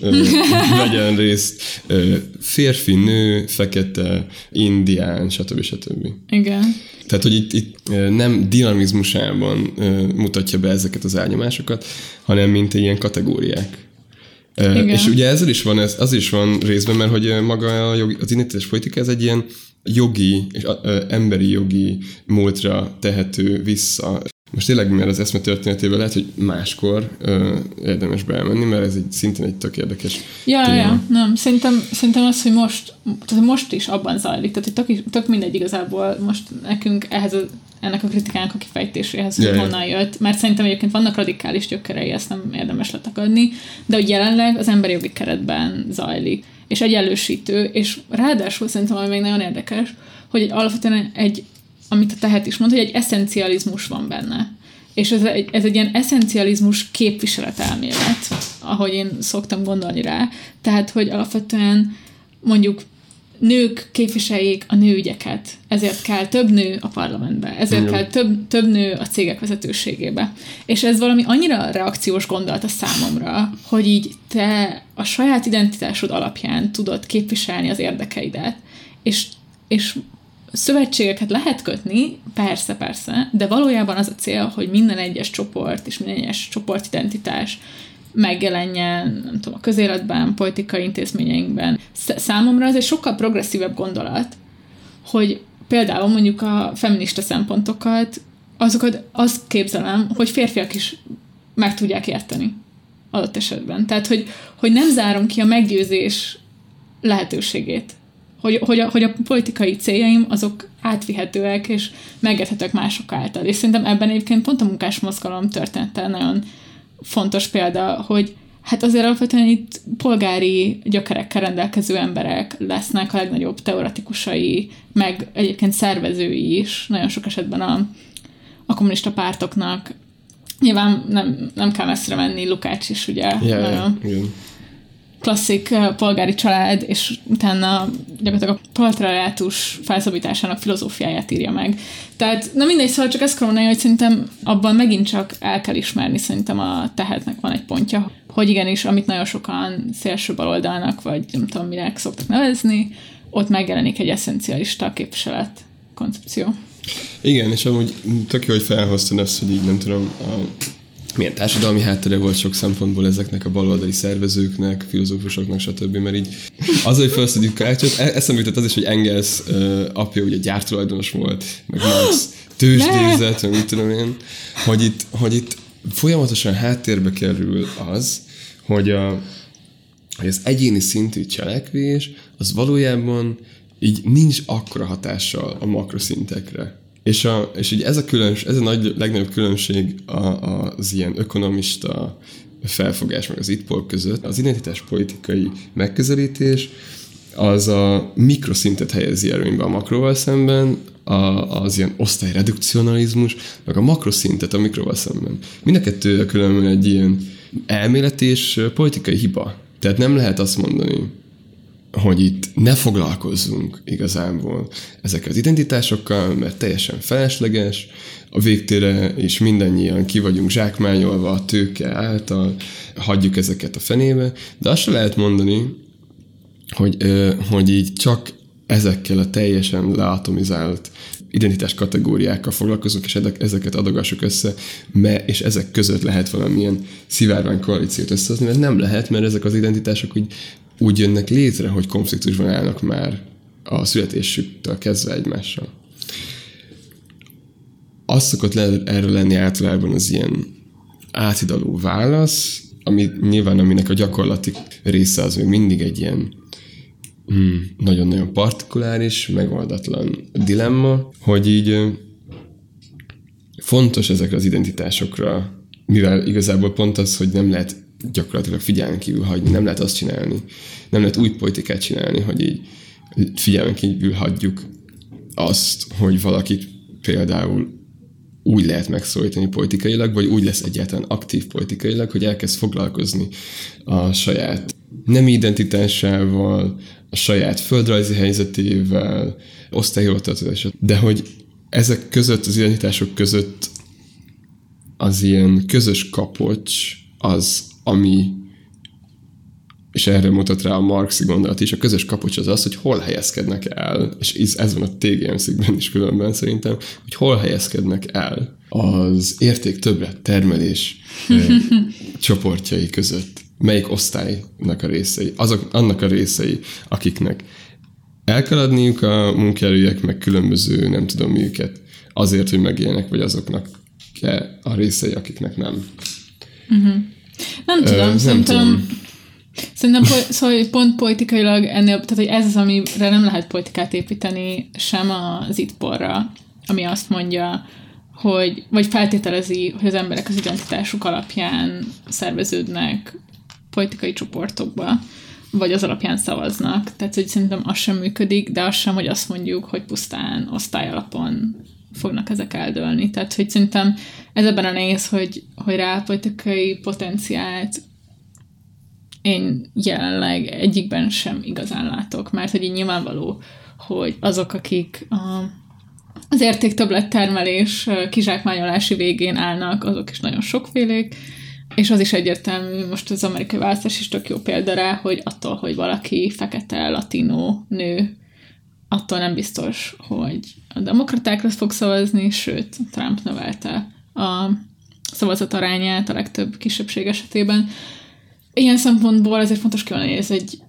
vegyen részt férfi, nő, fekete, indián, stb. Igen. Tehát, hogy itt nem dinamizmusában mutatja be ezeket az elnyomásokat, hanem mint ilyen kategóriák. És ugye ezzel is van, az is van részben, mert hogy maga az identitás politika ez egy ilyen jogi és emberi jogi múltra tehető vissza. Most tényleg, mert az eszme történetében lehet, hogy máskor érdemes beelmenni, mert ez szintén egy tök érdekes téma. Nem. Szerintem az, hogy most is abban zajlik, tehát hogy tök mindegy igazából most nekünk ennek a kritikának a kifejtéséhez, hogy honnan jött, mert szerintem egyébként vannak radikális gyökerei, ezt nem érdemes letakadni, de hogy jelenleg az emberi jogi keretben zajlik, és egyenlősítő, és ráadásul szerintem ami még nagyon érdekes, hogy alapvetően amit a Tehet is mondta, hogy egy eszencializmus van benne. És ez egy ilyen eszencializmus képviseletelmélet, ahogy én szoktam gondolni rá. Tehát, hogy alapvetően mondjuk nők képviseljék a nőügyeket. Ezért kell több nő a parlamentbe. Ezért kell több nő a cégek vezetőségébe. És ez valami annyira reakciós gondolat a számomra, hogy így te a saját identitásod alapján tudod képviselni az érdekeidet, és szövetségeket lehet kötni, persze, de valójában az a cél, hogy minden egyes csoport és minden egyes csoportidentitás megjelenjen, nem tudom, a közéletben, politikai intézményeinkben. Számomra ez egy sokkal progresszívebb gondolat, hogy például mondjuk a feminista szempontokat, azt képzelem, hogy férfiak is meg tudják érteni adott esetben. Tehát, hogy nem zárom ki a meggyőzés lehetőségét. Hogy a politikai céljaim azok átvihetőek és megérthetőek mások által. És szerintem ebben egyébként pont a munkásmozgalom története nagyon fontos példa, hogy hát azért alapvetően itt polgári gyökerekkel rendelkező emberek lesznek a legnagyobb teoretikusai, meg egyébként szervezői is, nagyon sok esetben a kommunista pártoknak. Nyilván nem kell messzire menni, Lukács is ugye nagyon klasszik polgári család, és utána gyakorlatilag a proletariátus felszabadításának filozófiáját írja meg. Tehát, na mindegy, szóval csak ezt kell mondani, hogy szerintem abban megint csak el kell ismerni, szerintem a Tehetnek van egy pontja, hogy igenis, amit nagyon sokan szélső baloldalnak, vagy nem tudom, minek szoktak nevezni, ott megjelenik egy eszencialista képviselet koncepció. Igen, és amúgy tök jó, hogy felhoztad ezt, hogy így nem tudom, milyen társadalmi háttere volt sok szempontból ezeknek a baloldali szervezőknek, filozófusoknak, stb. Mert így az, hogy felszedjük Karácsot, eszembe jutott az is, hogy Engels apja ugye gyártulajdonos volt, meg Marx tőzsdézett, meg mit tudom én, hogy itt folyamatosan háttérbe kerül az, hogy az egyéni szintű cselekvés, az valójában így nincs akkora hatással a makroszintekre. És így ez a legnagyobb különbség az ilyen ökonomista felfogás meg az ITPOL között. Az identitáspolitikai megközelítés az a mikroszintet helyezi előnybe a makroval szemben, az ilyen osztályredukcionalizmus, meg a makroszintet a mikroval szemben. Mind a kettő különben egy ilyen elmélet és politikai hiba. Tehát nem lehet azt mondani, hogy itt ne foglalkozzunk igazából ezekkel az identitásokkal, mert teljesen felesleges, a végtére is mindannyian ki vagyunk zsákmányolva a tőke által, hagyjuk ezeket a fenébe, de azt se lehet mondani, hogy így csak ezekkel a teljesen leatomizált identitás kategóriákkal foglalkozunk, és ezeket adogassuk össze, és ezek között lehet valamilyen szivárvány koalíciót összehozni, mert nem lehet, mert ezek az identitások úgy jönnek létre, hogy konfliktusban állnak már a születésüktől kezdve egymással. Az szokott erről lenni általában az ilyen áthidaló válasz, aminek a gyakorlati része az még mindig egy ilyen nagyon-nagyon partikuláris, megoldatlan dilemma, hogy így fontos ezekre az identitásokra, mivel igazából pont az, hogy nem lehet gyakorlatilag figyelmen kívül hagyni. Nem lehet azt csinálni. Nem lehet új politikát csinálni, hogy így figyelmen kívül hagyjuk azt, hogy valakit például úgy lehet megszólítani politikailag, vagy úgy lesz egyáltalán aktív politikailag, hogy elkezd foglalkozni a saját nemi identitásával, a saját földrajzi helyzetével, osztályhovatartozása. De hogy ezek között, az identitások között az ilyen közös kapocs az, ami, és erre mutat rá a marxi gondolat is, a közös kapocs az, hogy hol helyezkednek el, és ez van a TGM-szikben is különben szerintem, hogy hol helyezkednek el az érték többlet termelés csoportjai között. Melyik osztálynak a részei? Annak a részei, akiknek el kell adniuk a munkaerőjek, meg különböző, nem tudom őket, azért, hogy megéljenek, vagy azoknak a részei, akiknek nem. Nem tudom, szerintem szóval pont politikailag ennél, tehát hogy ez az, amire nem lehet politikát építeni sem az ITPOR-ra, ami azt mondja, hogy, vagy feltételezi, hogy az emberek az identitásuk alapján szerveződnek politikai csoportokba, vagy az alapján szavaznak. Tehát, hogy szerintem az sem működik, de az sem, hogy azt mondjuk, hogy pusztán osztályalapon fognak ezek eldőlni. Tehát, hogy szerintem ez ebben a nehéz, hogy rá politikai potenciált én jelenleg egyikben sem igazán látok, mert hogy így nyilvánvaló, hogy azok, akik az értéktöbblettermelés kizsákmányolási végén állnak, azok is nagyon sokfélék, és az is egyértelmű, most az amerikai választás is tök jó példa rá, hogy attól, hogy valaki fekete, latino, nő, attól nem biztos, hogy a demokratákra fog szavazni, sőt, Trump növelte a szavazat arányát a legtöbb kisebbség esetében. Ilyen szempontból azért fontos kimondani, hogy ez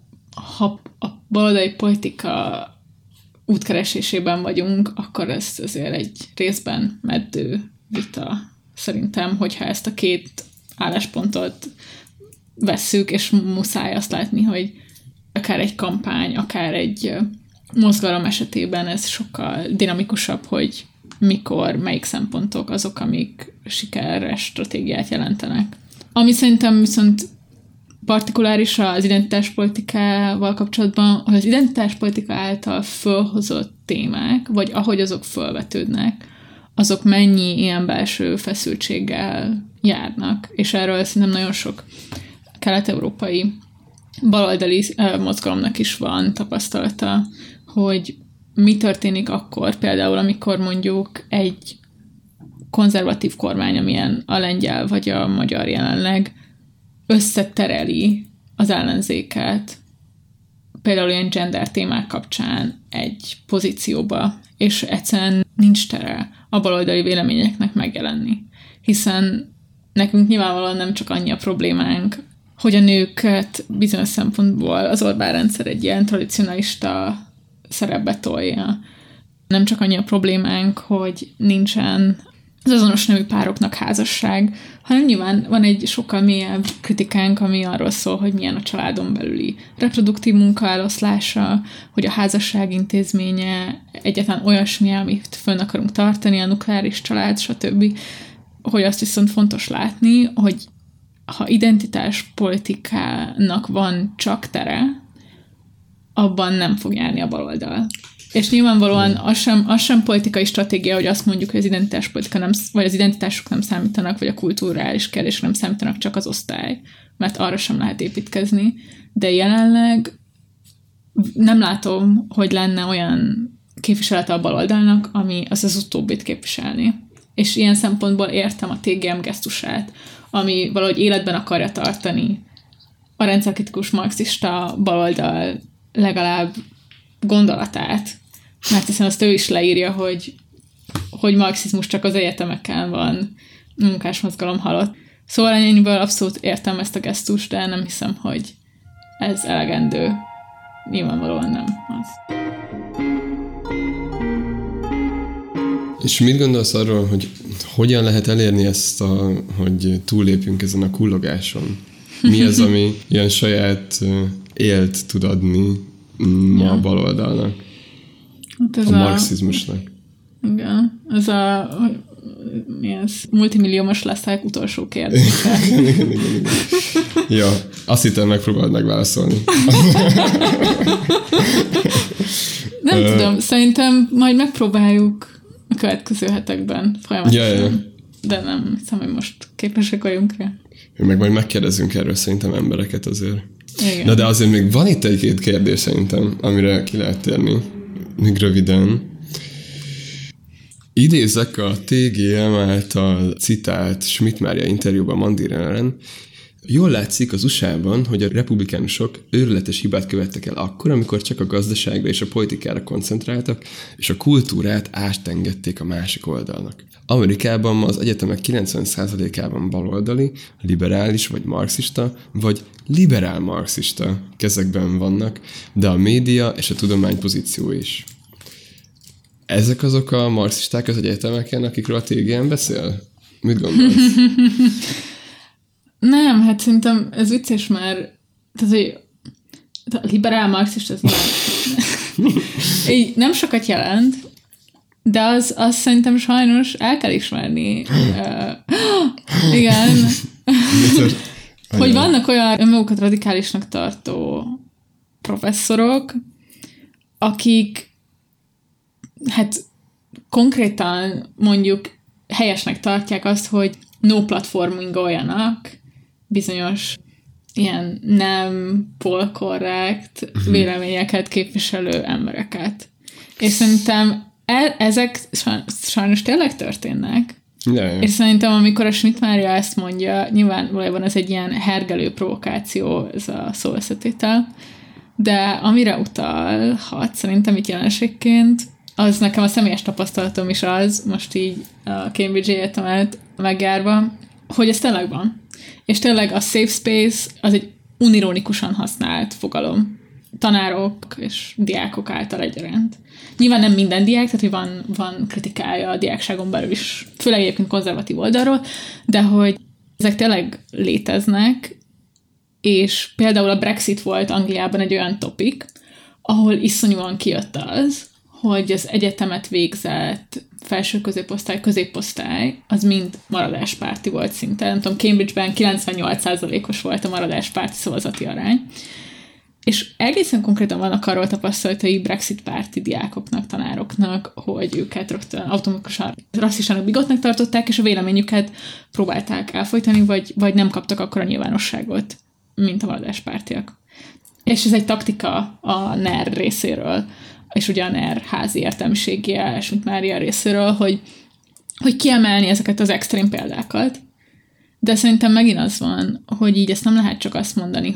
ha a baloldali politika útkeresésében vagyunk, akkor ez azért egy részben meddő vita. Szerintem, hogyha ezt a két álláspontot vesszük, és muszáj azt látni, hogy akár egy kampány, akár egy mozgalom esetében ez sokkal dinamikusabb, hogy mikor, melyik szempontok azok, amik sikeres stratégiát jelentenek. Ami szerintem viszont partikuláris az identitáspolitikával kapcsolatban, hogy az identitáspolitika által fölhozott témák, vagy ahogy azok fölvetődnek, azok mennyi ilyen belső feszültséggel járnak. És erről szerintem nagyon sok kelet-európai baloldali mozgalomnak is van tapasztalata, hogy mi történik akkor, például amikor mondjuk egy konzervatív kormány, amilyen a lengyel vagy a magyar jelenleg, összetereli az ellenzéket, például ilyen gender témák kapcsán egy pozícióba, és egyszerűen nincs tere a baloldali véleményeknek megjelenni. Hiszen nekünk nyilvánvalóan nem csak annyi a problémánk, hogy a nőket bizonyos szempontból az Orbán rendszer egy ilyen tradicionalista szerepbe tolja. Nem csak annyi a problémánk, hogy nincsen az azonos nemű pároknak házasság, hanem nyilván van egy sokkal mélyebb kritikánk, ami arról szól, hogy milyen a családon belüli reproduktív munkaeloszlása, hogy a házasság intézménye egyáltalán olyasmi, amit fönn akarunk tartani, a nukleáris család, stb. Hogy azt viszont fontos látni, hogy ha identitáspolitikának van csak tere, abban nem fog járni a baloldal. És nyilvánvalóan az sem politikai stratégia, hogy azt mondjuk, hogy az identitáspolitika nem, vagy az identitások nem számítanak, vagy a kulturális kérdések nem számítanak, csak az osztály, mert arra sem lehet építkezni. De jelenleg nem látom, hogy lenne olyan képviselete a baloldalnak, ami az utóbbit képviselni. És ilyen szempontból értem a TGM gesztusát, ami valahogy életben akarja tartani a rendszerkritikus marxista baloldal legalább gondolatát, mert hiszen azt ő is leírja, hogy marxizmus csak az egyetemeken van, munkásmozgalom halott. Szóval ennyiből abszolút értem ezt a gesztust, de nem hiszem, hogy ez elegendő. Nyilvánvalóan nem az. És mit gondolsz arról, hogy hogyan lehet elérni ezt, hogy túllépjünk ezen a kullogáson? Mi az, ami ilyen saját élt tud adni ma a baloldalnak? Hát a marxizmusnak. Igen. milyen multimilliómos leszek utolsó kérdése. Igen. Ja, azt hittem megpróbáld megválaszolni. Nem tudom, szerintem majd megpróbáljuk a következő hetekben folyamatosan. Ja. De nem hiszem, hogy most képesek vagyunk rá. Meg majd megkérdezünk erről szerintem embereket azért. Igen. Na de azért még van itt egy-két kérdés szerintem, amire ki lehet térni. Még röviden. Idézek a TGM által citált Schmidt Mária interjúban Mandir ellen. Jól látszik az USA-ban, hogy a republikánusok őrületes hibát követtek el akkor, amikor csak a gazdaságra és a politikára koncentráltak, és a kultúrát átengedték a másik oldalnak. Amerikában ma az egyetemek 90%-ában baloldali, liberális vagy marxista, vagy liberál-marxista kezekben vannak, de a média és a tudomány pozíció is. Ezek azok a marxisták az egyetemeken, akikről a TGM beszél? Mit gondolsz? Nem, hát szerintem ez vicces már, tehát, hogy a liberál marxista ez így nem sokat jelent, de az szerintem sajnos el kell ismerni. Igen. Hogy vannak olyan önmagukat radikálisnak tartó professzorok, akik hát konkrétan mondjuk helyesnek tartják azt, hogy no platformingoljanak bizonyos ilyen nem polkorrekt véleményeket képviselő embereket. És szerintem ezek sajnos tényleg történnek. Yeah. És szerintem, amikor a Schmidt Mária ezt mondja, nyilván valójában ez egy ilyen hergelő provokáció, ez a szóösszetétel, de amire utalhat szerintem itt jelenségként, az nekem a személyes tapasztalatom is az, most így a Cambridge Egyetemet megjárva, hogy ez tényleg van. És tényleg a safe space az egy unironikusan használt fogalom. Tanárok és diákok által egyaránt. Nyilván nem minden diák, tehát hogy van kritikája a diákságon belül is, főleg egyébként konzervatív oldalról, de hogy ezek tényleg léteznek, és például a Brexit volt Angliában egy olyan topik, ahol iszonyúan kijött az, hogy az egyetemet végzett felső középosztály, az mind maradáspárti volt szinte. Nem tudom, Cambridge-ben 98%-os volt a maradáspárti szavazati arány. És egészen konkrétan vannak arról tapasztalatai Brexit párti diákoknak, tanároknak, hogy őket rögtön automatikusan rasszistának, bigotnak tartották, és a véleményüket próbálták elfojtani, vagy nem kaptak akkora nyilvánosságot, mint a maradáspártiak. És ez egy taktika a NER részéről, és ugye a NER házi értelmisége, Schmidt Mária részéről, hogy kiemelni ezeket az extrém példákat. De szerintem megint az van, hogy így ezt nem lehet csak azt mondani,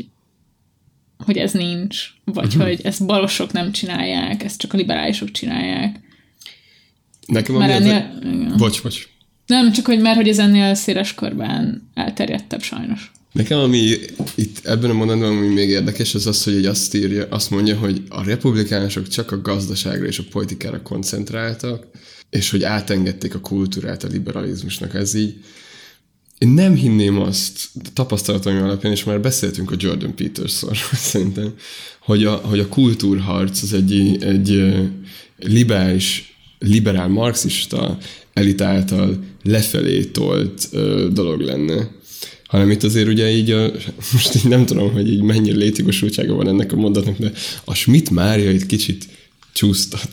hogy ez nincs, vagy hogy ezt balosok nem csinálják, ezt csak a liberálisok csinálják. Nekem ennél... Bocs. Nem, csak hogy ez ennél széles körben elterjedtebb sajnos. Nekem, ami itt ebben a mondatban, ami még érdekes, az az, hogy azt mondja, hogy a republikánusok csak a gazdaságra és a politikára koncentráltak, és hogy átengedték a kultúrát a liberalizmusnak. Ez így, én nem hinném azt, tapasztalataim alapján, és már beszéltünk a Jordan Petersonról szerintem, hogy a kultúrharc az egy liberál marxista elit által lefelé tolt dolog lenne. Hanem itt azért ugye így most így nem tudom, hogy így mennyire létjogosultsága van ennek a mondatnak, de a Schmidt Mária itt kicsit csúsztat.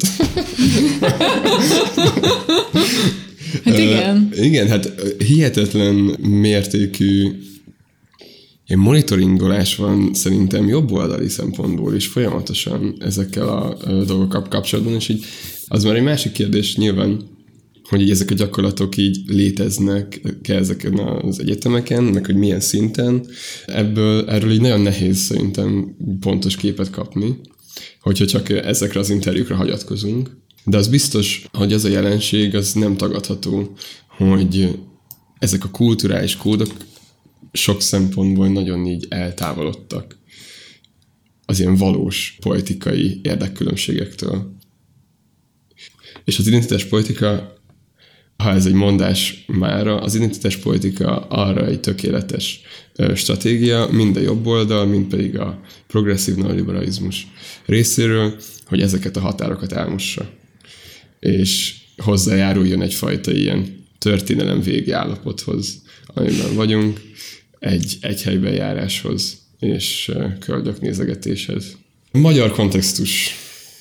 Hát igen. Igen, hát hihetetlen mértékű monitoringolás van szerintem jobboldali szempontból is folyamatosan ezekkel a dolgokkal kapcsolatban, és így az már egy másik kérdés nyilván, hogy így ezek a gyakorlatok így léteznek ezeken az egyetemeken, meg hogy milyen szinten. Erről így nagyon nehéz szerintem pontos képet kapni, hogyha csak ezekre az interjúkra hagyatkozunk. De az biztos, hogy ez a jelenség az nem tagadható, hogy ezek a kulturális kódok sok szempontból nagyon így eltávolodtak az ilyen valós politikai érdekkülönbségektől. És az identitáspolitika, ha ez egy mondás mára, az identitáspolitika arra egy tökéletes stratégia, mind a jobb oldal, mind pedig a progresszív neoliberalizmus részéről, hogy ezeket a határokat elmossa. És hozzájáruljon egyfajta ilyen történelem végi állapothoz, amiben vagyunk, egy helyben járáshoz és köldöknézegetéshez. Magyar kontextus.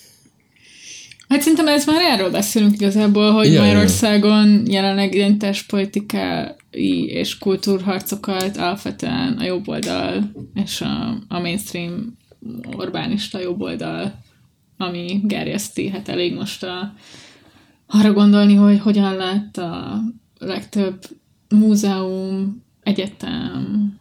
Hát szerintem ez már erről beszélünk igazából, hogy Magyarországon jelenleg identitáspolitikai és kultúrharcokat alapvetően a jobboldal és a mainstream orbánista jobboldal, ami gerjeszti. Hát elég most arra gondolni, hogy hogyan lett a legtöbb múzeum, egyetem,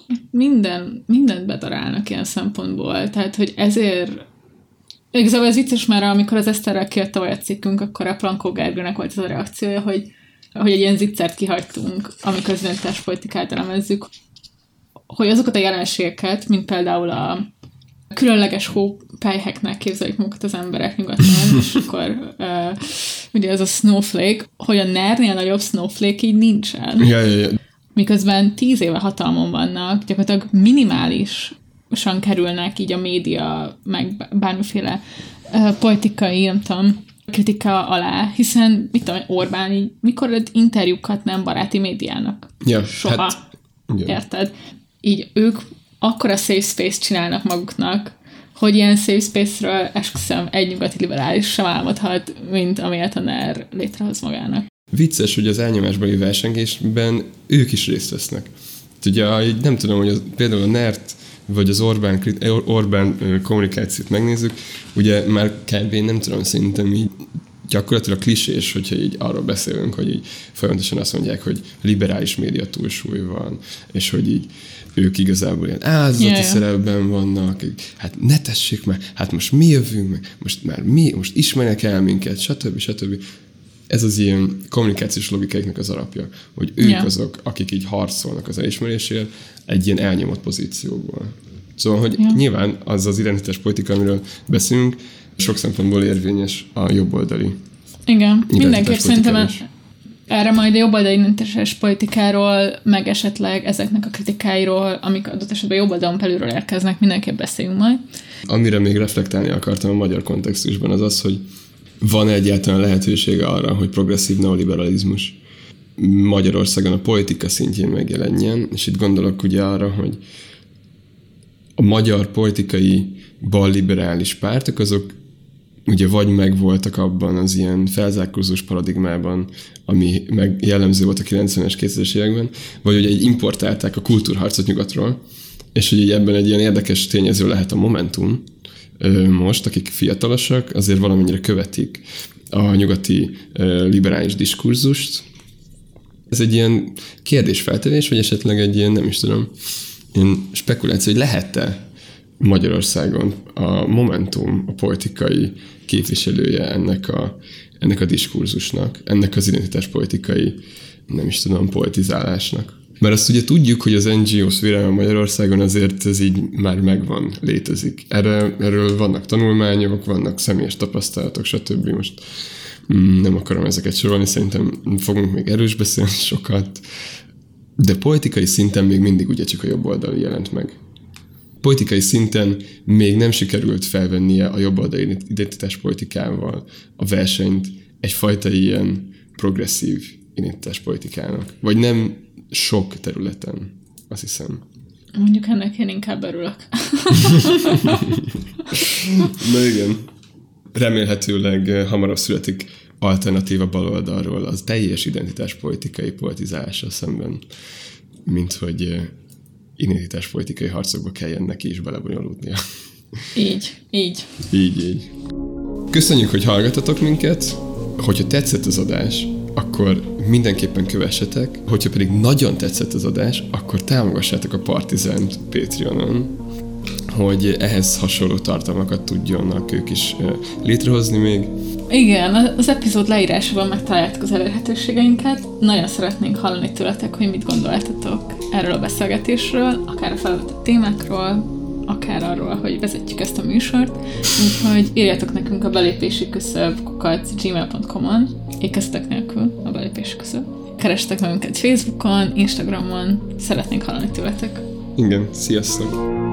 mindent bedarálnak ilyen szempontból. Tehát, hogy ezért igazából ez vicces már, amikor az Eszterrel kijött tavaly a cikkünk, akkor a Plankó Gergőnek volt az a reakciója, hogy egy ilyen zicsert kihagytunk, amikor az identitáspolitikát elemezzük, hogy azokat a jelenségeket, mint például a különleges hópelyheknek képzelik magukat az emberek nyugaton, és akkor ugye ez a snowflake, hogy a NER-nél nagyobb snowflake így nincsen. Miközben 10 éve hatalmon vannak, gyakorlatilag minimálisan kerülnek így a média, meg bármiféle politikai, nem tudom, kritika alá, hiszen, mit tudom, Orbán így mikor ad interjúkat nem baráti médiának? Soha. Hát, érted? Így ők akkora safe space csinálnak maguknak, hogy ilyen safe space-ről esküszöm egy nyugati liberális sem álmodhat, mint amilyet a NER létrehoz magának. Vicces, hogy az elnyomásbeli versengésben ők is részt vesznek. Ugye, így nem tudom, hogy például a NER-t vagy az Orbán kommunikációt megnézzük, ugye már kb. Nem tudom, szerintem így gyakorlatilag klisés, hogyha így arról beszélünk, hogy így folyamatosan azt mondják, hogy liberális média túlsúly van, és hogy így ők igazából ilyen áldozati szerepben vannak, hát ne tessék meg, hát most mi jövünk meg, most ismernek el minket, stb. Ez az ilyen kommunikációs logikáiknak az alapja, hogy ők azok, akik így harcolnak az elismerésért egy ilyen elnyomott pozícióból. Szóval, hogy nyilván az az identitáspolitika, amiről beszélünk, sok szempontból érvényes a jobboldali. Igen, mindenképp szerintem erre majd a jobboldali identitáspolitikáról, meg esetleg ezeknek a kritikáiról, amik adott esetben jobboldalon belülről érkeznek, mindenképp beszéljünk majd. Amire még reflektálni akartam a magyar kontextusban, az az, hogy van egyáltalán lehetősége arra, hogy progresszív neoliberalizmus Magyarországon a politika szintjén megjelenjen, és itt gondolok ugye arra, hogy a magyar politikai balliberális pártok, azok ugye vagy megvoltak abban az ilyen felzárkózós paradigmában, ami meg jellemző volt a 90-es, 2000-es években, vagy ugye így importálták a kultúrharcot nyugatról, és hogy így ebben egy ilyen érdekes tényező lehet a Momentum, most, akik fiatalosak, azért valamennyire követik a nyugati liberális diskurzust. Ez egy ilyen kérdésfeltevés, vagy esetleg egy ilyen, nem is tudom, ilyen spekuláció, hogy lehet-e Magyarországon a Momentum a politikai képviselője ennek a diskurzusnak, ennek az identitáspolitikai, nem is tudom, politizálásnak. Mert azt ugye tudjuk, hogy az NGO szférában Magyarországon azért ez így már megvan, létezik. Erről vannak tanulmányok, vannak személyes tapasztalatok, stb. Most nem akarom ezeket sorolni, szerintem fogunk még erről is beszélni sokat. De politikai szinten még mindig ugye csak a jobboldali jelent meg. Politikai szinten még nem sikerült felvennie a jobboldali identitáspolitikával a versenyt egyfajta ilyen progresszív identitáspolitikának. Vagy nem sok területen, azt hiszem. Mondjuk ennek én inkább örülök. Na igen. Remélhetőleg hamarabb születik alternatíva baloldalról az teljes identitáspolitikai politizálással szemben, mint hogy identitáspolitikai harcokba kelljen neki is belebonyolódnia. Így. Köszönjük, hogy hallgatatok minket. Hogyha tetszett az adás, akkor mindenképpen kövessetek, hogyha pedig nagyon tetszett az adás, akkor támogassátok a Partizánt Patreonon, hogy ehhez hasonló tartalmakat tudjanak ők is létrehozni még. Igen, az epizód leírásában megtaláljátok az elérhetőségeinket. Nagyon szeretnénk hallani tőletek, hogy mit gondoltatok erről a beszélgetésről, akár a felvetett témákról, akár arról, hogy vezetjük ezt a műsort. Úgyhogy írjatok nekünk a belépési küszöb@gmail.com-on, ékeztek nélkül a belépési küszöb. Kerestek meg minket Facebookon, Instagramon, szeretnénk hallani tőletek. Igen, sziasztok!